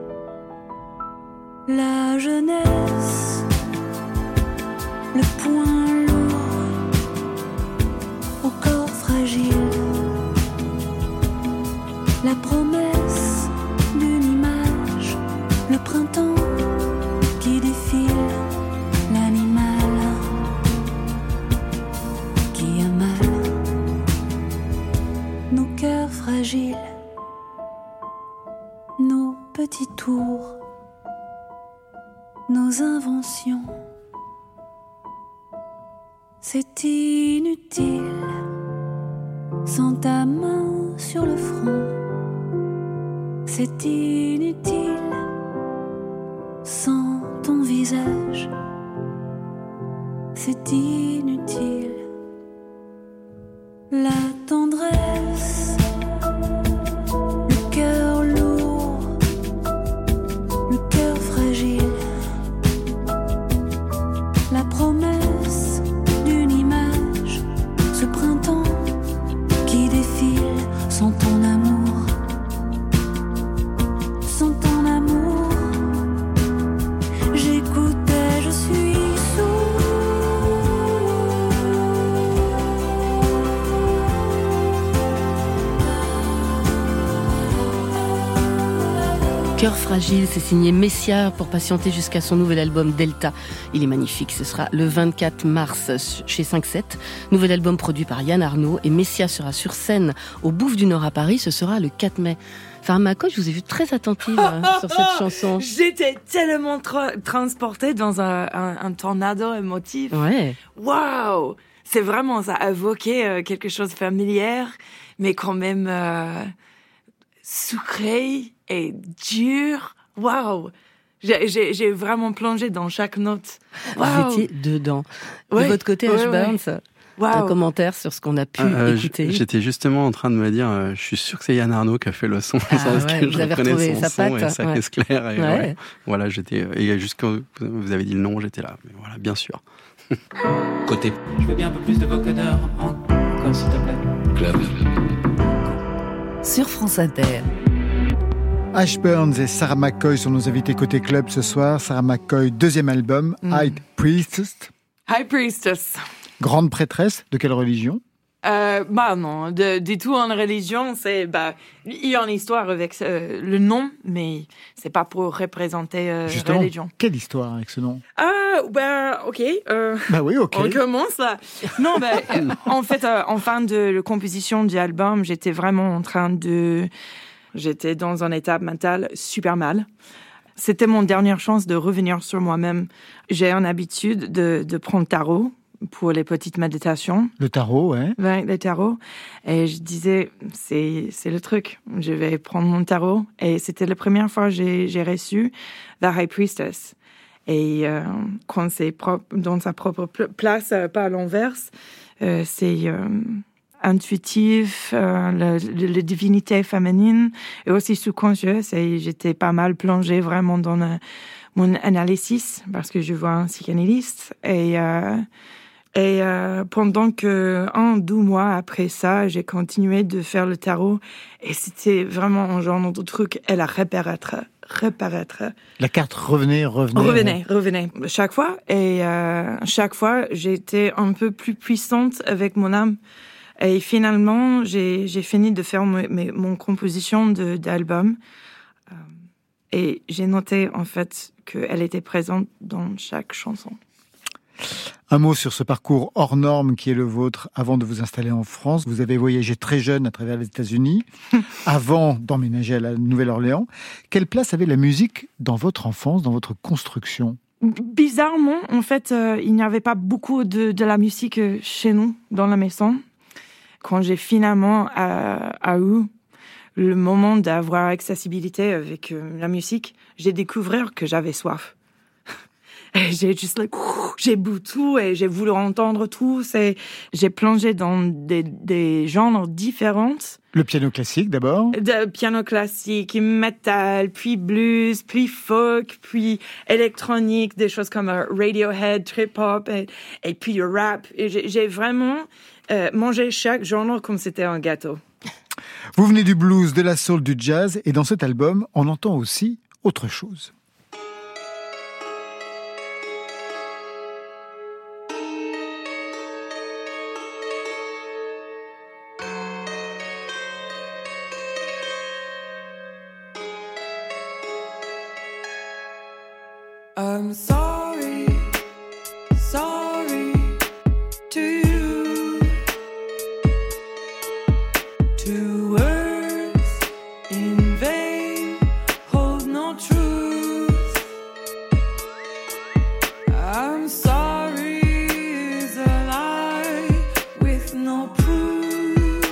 la jeunesse, le poing lourd, au corps fragile, la promesse d'une image, le printemps qui défile, l'animal qui a mal, nos cœurs fragiles, nos petits tours, nos inventions, c'est inutile sans ta main sur le front. C'est inutile sans ton visage, c'est inutile. La tendresse, le cœur lourd, le cœur fragile, la promesse d'une image, ce printemps qui défile sans ton amour. Cœur fragile, c'est signé Messia pour patienter jusqu'à son nouvel album Delta. Il est magnifique, ce sera le vingt-quatre mars chez cinq sept. Nouvel album produit par Yann Arnaud et Messia sera sur scène au Bouffe du Nord à Paris, ce sera le quatre mai. Farah Makoy, je vous ai vu très attentive hein, sur cette chanson. J'étais tellement tra- transportée dans un, un, un tornado émotif. Ouais. Waouh! C'est vraiment, ça a évoqué euh, quelque chose de familier, mais quand même euh, sucré et dur. Waouh! J'ai, j'ai, j'ai vraiment plongé dans chaque note. Wow. Vous étiez dedans. Ouais, de votre côté, ouais, Ash Burns, ouais. Wow. Un commentaire sur ce qu'on a pu euh, écouter. J'étais justement en train de me dire, euh, je suis sûr que c'est Yann Arnaud qui a fait le son. Ah, parce ouais, que vous je avez reconnais retrouvé son sa son patte, et sa ouais. caisse claire. Et Ouais. ouais, voilà, j'étais. Et jusqu'au vous avez dit le nom, j'étais là. Mais voilà, bien sûr. Côté Je veux bien un peu plus de vocodeur encore, s'il te plaît. club. Sur France Inter. Ash Burns et Sarah McCoy sont nos invités côté club ce soir. Sarah McCoy, deuxième album, Mm. High Priestess. High Priestess. Grande prêtresse, de quelle religion ? Euh, bah non, de, du tout en religion, c'est bah il y a une histoire avec euh, le nom, mais c'est pas pour représenter euh, Justement, religion. quelle histoire avec ce nom ? Ah bah ok. Euh, Bah oui, ok. On commence là. Non, bah, euh, en fait, euh, en fin de la composition du album, j'étais vraiment en train de, j'étais dans un état mental super mal. C'était mon dernière chance de revenir sur moi-même. J'ai une habitude de, de prendre tarot pour les petites méditations. Le tarot, ouais. Ouais, le tarot. Et je disais, c'est, c'est le truc. Je vais prendre mon tarot. Et c'était la première fois que j'ai, j'ai reçu The High Priestess. Et euh, quand c'est propre, dans sa propre place, euh, pas à l'inverse, euh, c'est euh, intuitif, euh, la, la divinité féminine et aussi sous-conscieuse. Et j'étais pas mal plongée vraiment dans le, mon analysis parce que je vois un psychanalyste. Et, euh, et euh, pendant que un, deux mois après ça, j'ai continué de faire le tarot. Et c'était vraiment un genre de truc, elle a reparaître. reparaître. La carte revenait, revenait. Revenait, revenait. Chaque fois. Et euh, chaque fois, j'étais un peu plus puissante avec mon âme. Et finalement, j'ai, j'ai fini de faire mon, mon composition de, d'album. Euh, et j'ai noté, en fait, qu'elle était présente dans chaque chanson. Un mot sur ce parcours hors norme qui est le vôtre avant de vous installer en France. Vous avez voyagé très jeune à travers les États-Unis, avant d'emménager à la Nouvelle-Orléans. Quelle place avait la musique dans votre enfance, dans votre construction ? Bizarrement, en fait, euh, il n'y avait pas beaucoup de, de la musique chez nous, dans la maison. Quand j'ai finalement euh, a eu le moment d'avoir accessibilité avec euh, la musique, j'ai découvert que j'avais soif. Et j'ai juste like, j'ai bu tout et j'ai voulu entendre tout. C'est, j'ai plongé dans des, des genres différents. Le piano classique d'abord. De piano classique, metal, puis blues, puis folk, puis électronique, des choses comme Radiohead, trip-hop et, et puis le rap. Et j'ai, j'ai vraiment euh, mangé chaque genre comme c'était un gâteau. Vous venez du blues, de la soul, du jazz et dans cet album, on entend aussi autre chose. I'm sorry, sorry to you. Two words in vain hold no truth. I'm sorry is a lie with no proof.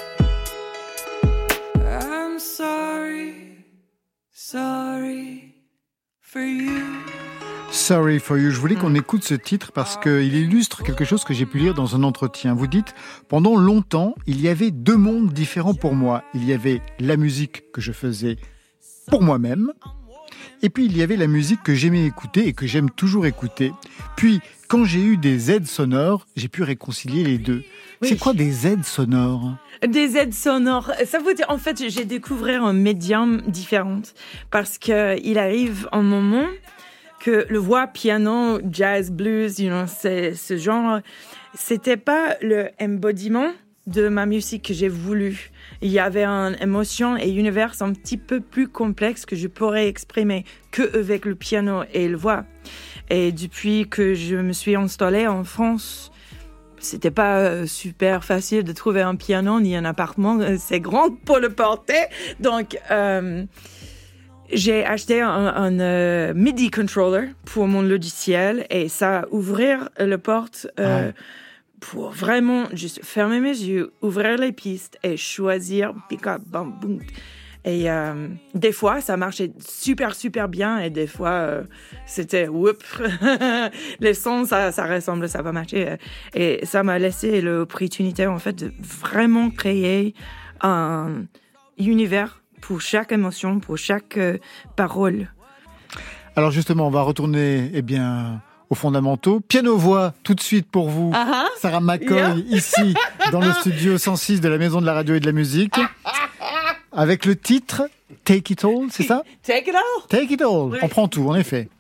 I'm sorry, sorry for you. Sorry for you. Je voulais qu'on écoute ce titre parce qu'il illustre quelque chose que j'ai pu lire dans un entretien. Vous dites, pendant longtemps, il y avait deux mondes différents pour moi. Il y avait la musique que je faisais pour moi-même, et puis il y avait la musique que j'aimais écouter et que j'aime toujours écouter. Puis, quand j'ai eu des aides sonores, j'ai pu réconcilier les deux. Oui. C'est quoi des aides sonores ? Des aides sonores, ça veut dire, en fait, j'ai découvert un médium différent parce que il arrive un moment que le voix, piano, jazz, blues, you know, c'est, ce genre, c'était pas le embodiment de ma musique que j'ai voulu. Il y avait une émotion et un univers un petit peu plus complexe que je pourrais exprimer que avec le piano et le voix. Et depuis que je me suis installée en France, c'était pas super facile de trouver un piano ni un appartement. C'est grand pour le porter. Donc, euh, j'ai acheté un, un euh, MIDI controller pour mon logiciel et ça ouvrir le porte euh, ouais. pour vraiment juste fermer mes yeux, ouvrir les pistes et choisir pick up, bam, boom. Et euh, des fois, ça marchait super, super bien et des fois, euh, c'était whoop. Les sons, ça, ça ressemble, ça va marcher. Et ça m'a laissé l'opportunité, en fait, de vraiment créer un univers pour chaque émotion, pour chaque euh, parole. Alors justement, on va retourner eh bien, aux fondamentaux. Piano-voix, tout de suite pour vous, uh-huh. Sarah McCoy, yeah. Ici, dans le studio cent six de la Maison de la Radio et de la Musique, avec le titre « Take It All », c'est ça ? « Take It All ». « Take It All oui. », on prend tout, en effet.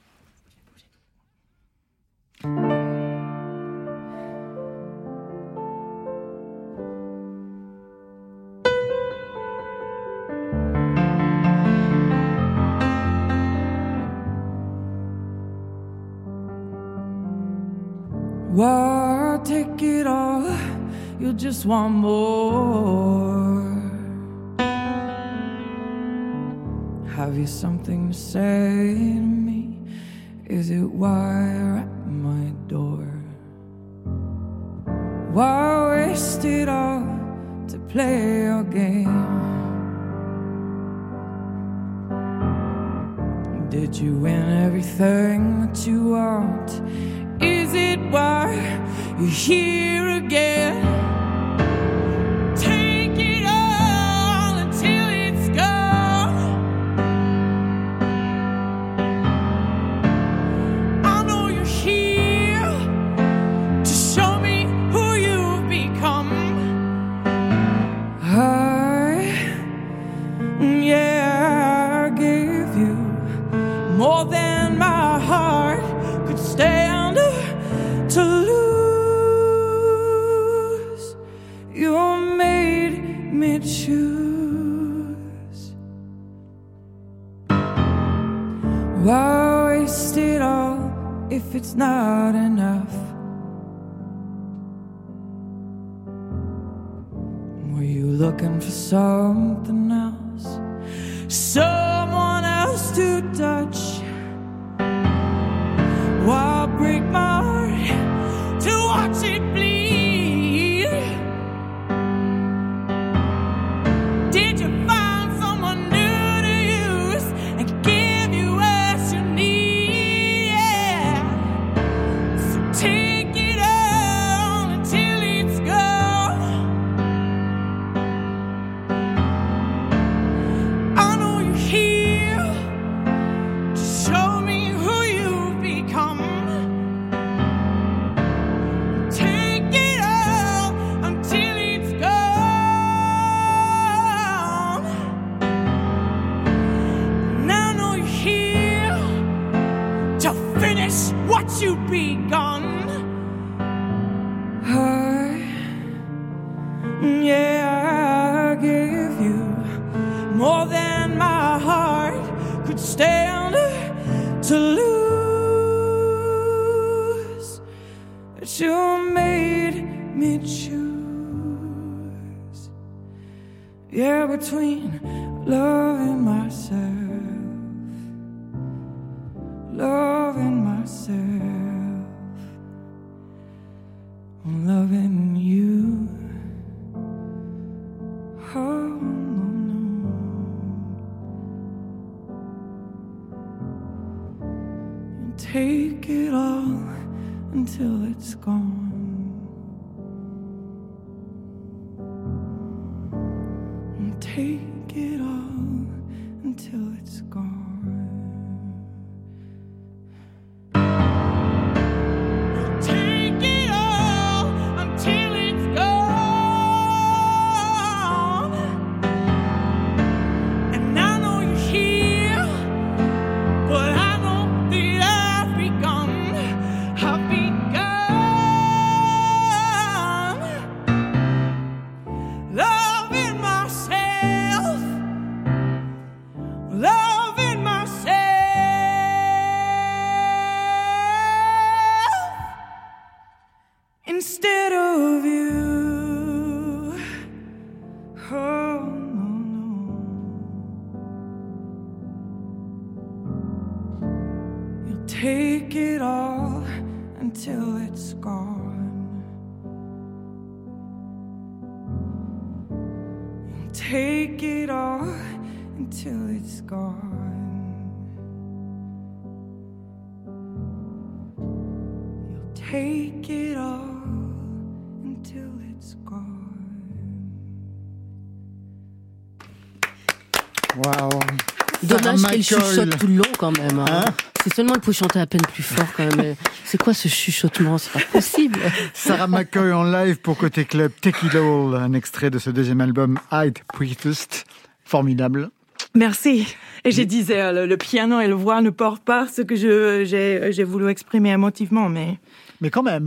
Why take it all? You just want more. Have you something to say to me? Is it why you're at my door? Why waste it all to play your game? Did you win everything that you want? Is it why you're here again? Take it all until it's gone. I know you're here to show me who you've become. I, yeah, I gave you more than my heart could stand to lose. You made me choose. Why waste it all if it's not enough? Were you looking for something else? Someone else to touch? Why break my heart to watch it bleed? Did you find someone new to use and give you what you need? Yeah. So take it all until it's gone. I know you're here to show me who you've become. Take it all until it's gone. And I know you're here to finish what you've begun. I, yeah, I gave you more than my heart could stand to lose. But you made me choose. Yeah, between loving myself, loving myself, and loving you. Oh, no, no. You take it all until it's gone. And take it all until it's gone. Take it all until it's gone. And I know you're here, but I know that I've begun. I've begun loving myself, loving myself instead of you. Oh, no, no. You'll take it all until it's gone. You'll take it all until it's gone. You'll take it all until it's gone. Waouh. Dommage qu'elle Michael. chuchote tout le long quand même. Hein. Hein C'est seulement elle peut chanter à peine plus fort quand même. C'est quoi ce chuchotement? C'est pas possible. Sarah McCoy en live pour Côté Club, Take It All, un extrait de ce deuxième album, Hide Priestess. Formidable. Merci. Et je disais, le, le piano et le voix ne portent pas ce que je, j'ai, j'ai voulu exprimer émotivement, mais... Mais quand même.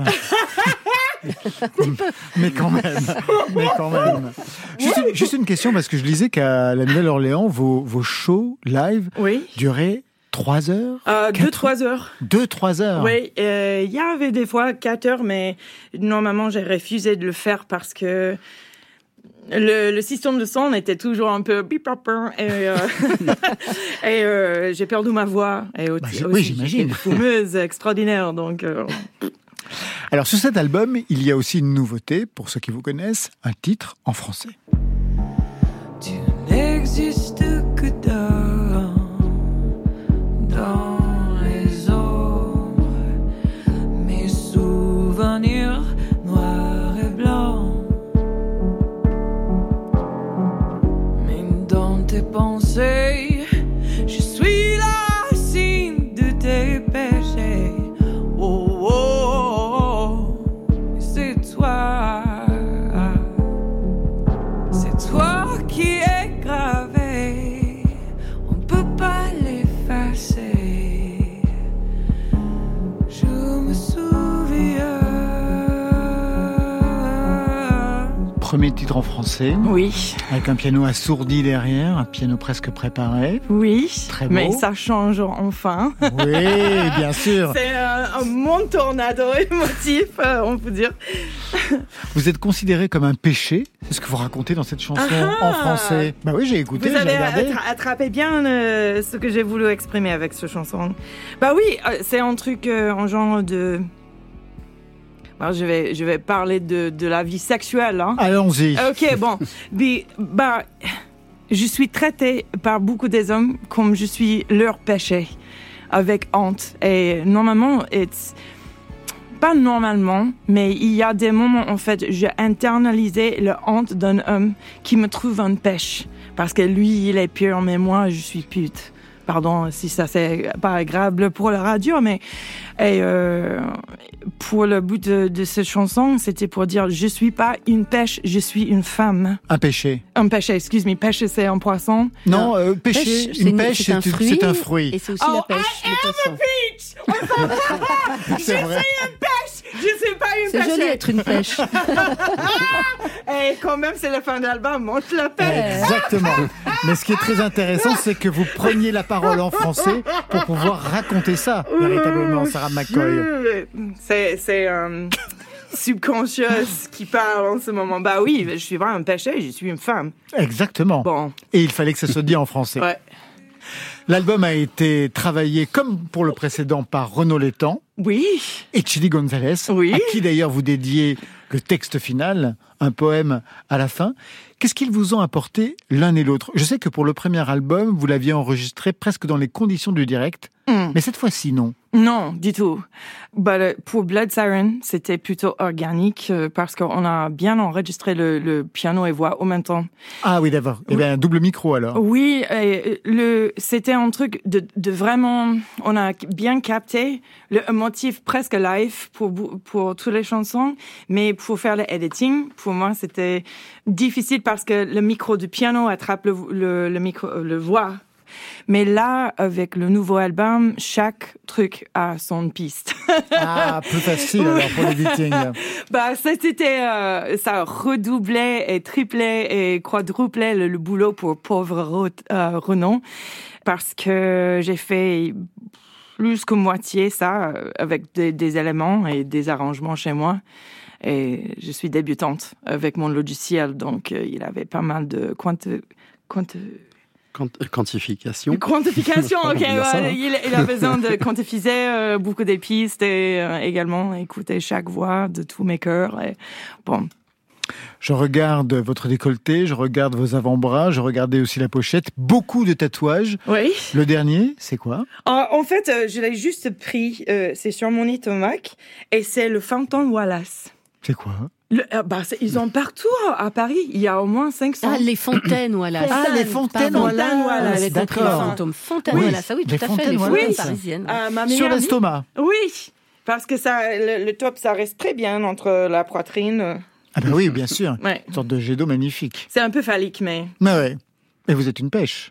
Mais quand même. Mais quand même. Juste une, juste une question, parce que je lisais qu'à la Nouvelle-Orléans, vos, vos shows live Oui. duraient trois heures Euh, quatre deux, trois heures. Deux, trois heures. Oui, il euh, y avait des fois quatre heures, mais normalement, j'ai refusé de le faire parce que le, le système de son était toujours un peu bip-bop, et, euh, et euh, j'ai perdu ma voix. Et aussi, Bah, j'ai- aussi, oui, j'imagine. j'étais une fumeuse extraordinaire, donc... Euh, Alors sur cet album, il y a aussi une nouveauté, pour ceux qui vous connaissent, un titre en français. Tu n'existes que dans, dans les ombres, mes souvenirs noirs et blancs, mais dans tes pensées, je suis la signe de tes péchés. Oh, oh, oh, c'est toi, c'est toi qui est gravé, on peut pas l'effacer. Je me souviens. Premier titre en français. Oui. Avec un piano assourdi derrière, un piano presque préparé. Oui. Très beau. Mais ça change enfin. Oui, bien sûr. C'est un, un monde tornado émotif, euh, on peut dire. Vous êtes considéré comme un péché, c'est ce que vous racontez dans cette chanson Ah, en français. Bah oui, j'ai écouté, Vous j'ai avez regardé. attra- attrapé bien euh, ce que j'ai voulu exprimer avec cette chanson. Bah oui, euh, c'est un truc euh, en genre de... Bah, je vais, je vais parler de, de la vie sexuelle. Hein. Allons-y. Ok, bon. Puis, bah, je suis traitée par beaucoup des hommes comme je suis leur péché, avec honte. Et normalement, it's... pas normalement, mais il y a des moments, en fait, j'ai internalisé la honte d'un homme qui me trouve une pêche. Parce que lui, il est pur, mais moi, je suis pute. Pardon si ça c'est pas agréable pour la radio, mais et euh, pour le bout de, de cette chanson, c'était pour dire je suis pas une pêche, je suis une femme. Un péché. Un péché, excuse-moi, pêche c'est un poisson. Non, euh, péché, Pêche, c'est une une- pêche, c'est c'est, un une- fruit. c'est un fruit. Et c'est aussi Oh, la pêche, I le am poisson. a peach. C'est vrai. Une pêche, je suis pas une C'est pêche. joli être une pêche. Et quand même, c'est la fin de l'album, monte la pêche. Exactement. Mais ce qui est très intéressant, c'est que vous preniez la parole en français pour pouvoir raconter ça, véritablement, Sarah McCoy. C'est, c'est un subconscious qui parle en ce moment. Bah oui, je suis vraiment un péché, je suis une femme. Exactement. Bon. Et il fallait que ça se dise en français. Ouais. L'album a été travaillé, comme pour le précédent, par Renaud Létang Oui. et Chili Gonzalez, Oui. à qui d'ailleurs vous dédiez le texte final, un poème à la fin. Qu'est-ce qu'ils vous ont apporté l'un et l'autre ? Je sais que pour le premier album, vous l'aviez enregistré presque dans les conditions du direct, Mm. mais cette fois-ci, non. Non, du tout. Bah, le- pour Blood Siren, c'était plutôt organique euh, parce qu'on a bien enregistré le, le piano et voix en même temps. Ah oui, d'accord. Il y avait un double micro alors. Oui, et le, c'était un truc de, de vraiment, on a bien capté le un motif presque live pour, bou- pour toutes les chansons, mais pour faire le editing, pour moi, c'était difficile parce que le micro du piano attrape le, le, le micro, le voix. Mais là, avec le nouveau album, chaque truc a son piste. Ah, plus facile alors pour l'editing. Bah, ça, c'était, euh, ça redoublait et triplait et quadruplait le, le boulot pour pauvre Ro- euh, Renaud. Parce que j'ai fait plus que moitié ça, euh, avec des, des éléments et des arrangements chez moi. Et je suis débutante avec mon logiciel, donc euh, il avait pas mal de quanti- quanti- Quant- quantification. quantification. On Ok, peut dire ça, ouais, hein. il, il a besoin de quantifier euh, beaucoup des pistes et euh, également écouter chaque voix de tous mes chœurs. Et, bon. Je regarde votre décolleté, je regarde vos avant-bras, je regardais aussi la pochette. Beaucoup de tatouages. Oui. Le dernier, c'est quoi ? En, en fait, euh, je l'ai juste pris. Euh, c'est sur mon itomac et c'est le Phantom Wallace. C'est quoi ? Le, euh, bah, c'est- ils ont partout à Paris. Il y a au moins cinq cents. Ah, les fontaines, voilà. Ah, les fontaines, Pardon. voilà. Voilà, Vous avez compris, le d'accord. fantôme. Fontaine, Oui, voilà, ça oui, tout les à fait, fontaines, les voilà, fontaines ça. parisiennes. Euh, ma Sur meilleure amie- l'estomac. Oui, parce que ça, le, le top, ça reste très bien entre la poitrine. Ah ben oui, bien sûr. Ouais. Une sorte de jet d'eau magnifique. C'est un peu phallique, mais... Mais ouais. Et vous êtes une pêche.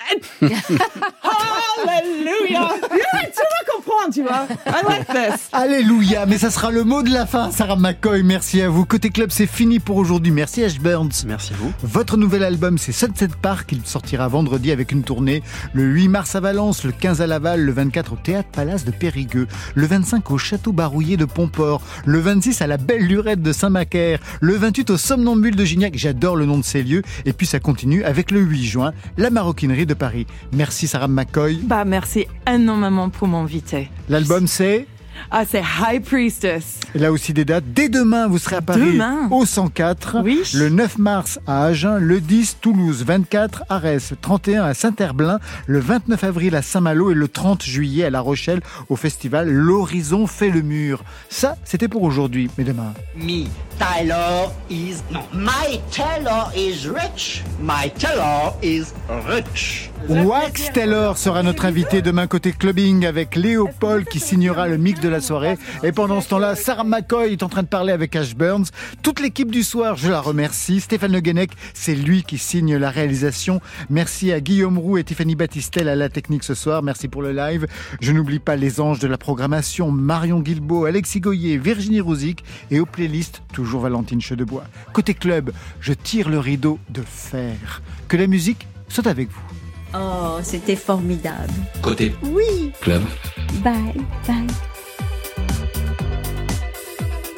Alléluia! Tu vas comprendre, tu vois. I like this. Alléluia, mais ça sera le mot de la fin, Sarah McCoy. Merci à vous. Côté club, c'est fini pour aujourd'hui. Merci Ash Burns. Merci à vous. Votre nouvel album, c'est Sunset Park. Il sortira vendredi avec une tournée le huit mars à Valence, le quinze à Laval, le vingt-quatre au Théâtre Palace de Périgueux, le vingt-cinq au Château Barouillé de Pomport, le vingt-six à la Belle Lurette de Saint-Macaire, le vingt-huit au Somnambule de Gignac. J'adore le nom de ces lieux. Et puis ça continue avec le huit juin, la Maroquinerie de Paris. Merci Sarah McCoy. Bah, merci énormément pour m'inviter. L'album, c'est Ah, c'est High Priestess. Et là aussi des dates. Dès demain, vous serez à Paris Demain. au cent quatre. Oui. Le neuf mars à Agen. Le dix, Toulouse. vingt-quatre, Arès. trente et un à Saint-Herblain. Le vingt-neuf avril à Saint-Malo. Et le trente juillet à La Rochelle au festival L'Horizon fait le mur. Ça, c'était pour aujourd'hui. Mais demain... Me, Taylor is... Non, my Taylor is rich. My Taylor is rich. Wax Taylor sera notre invité demain côté clubbing avec Léopold qui signera le mix de la soirée. Et pendant ce temps-là, Sarah McCoy est en train de parler avec Ash Burns. Toute l'équipe du soir, je la remercie. Stéphane Le Guenec, c'est lui qui signe la réalisation. Merci à Guillaume Roux et Tiffany Battistel à la technique ce soir. Merci pour le live. Je n'oublie pas les anges de la programmation, Marion Guilbeault, Alexis Goyer, Virginie Rouzic et aux playlists, toujours Valentine Chedebois. Côté club, je tire le rideau de fer. Que la musique soit avec vous. Oh, c'était formidable. Côté Oui. club. Bye, bye.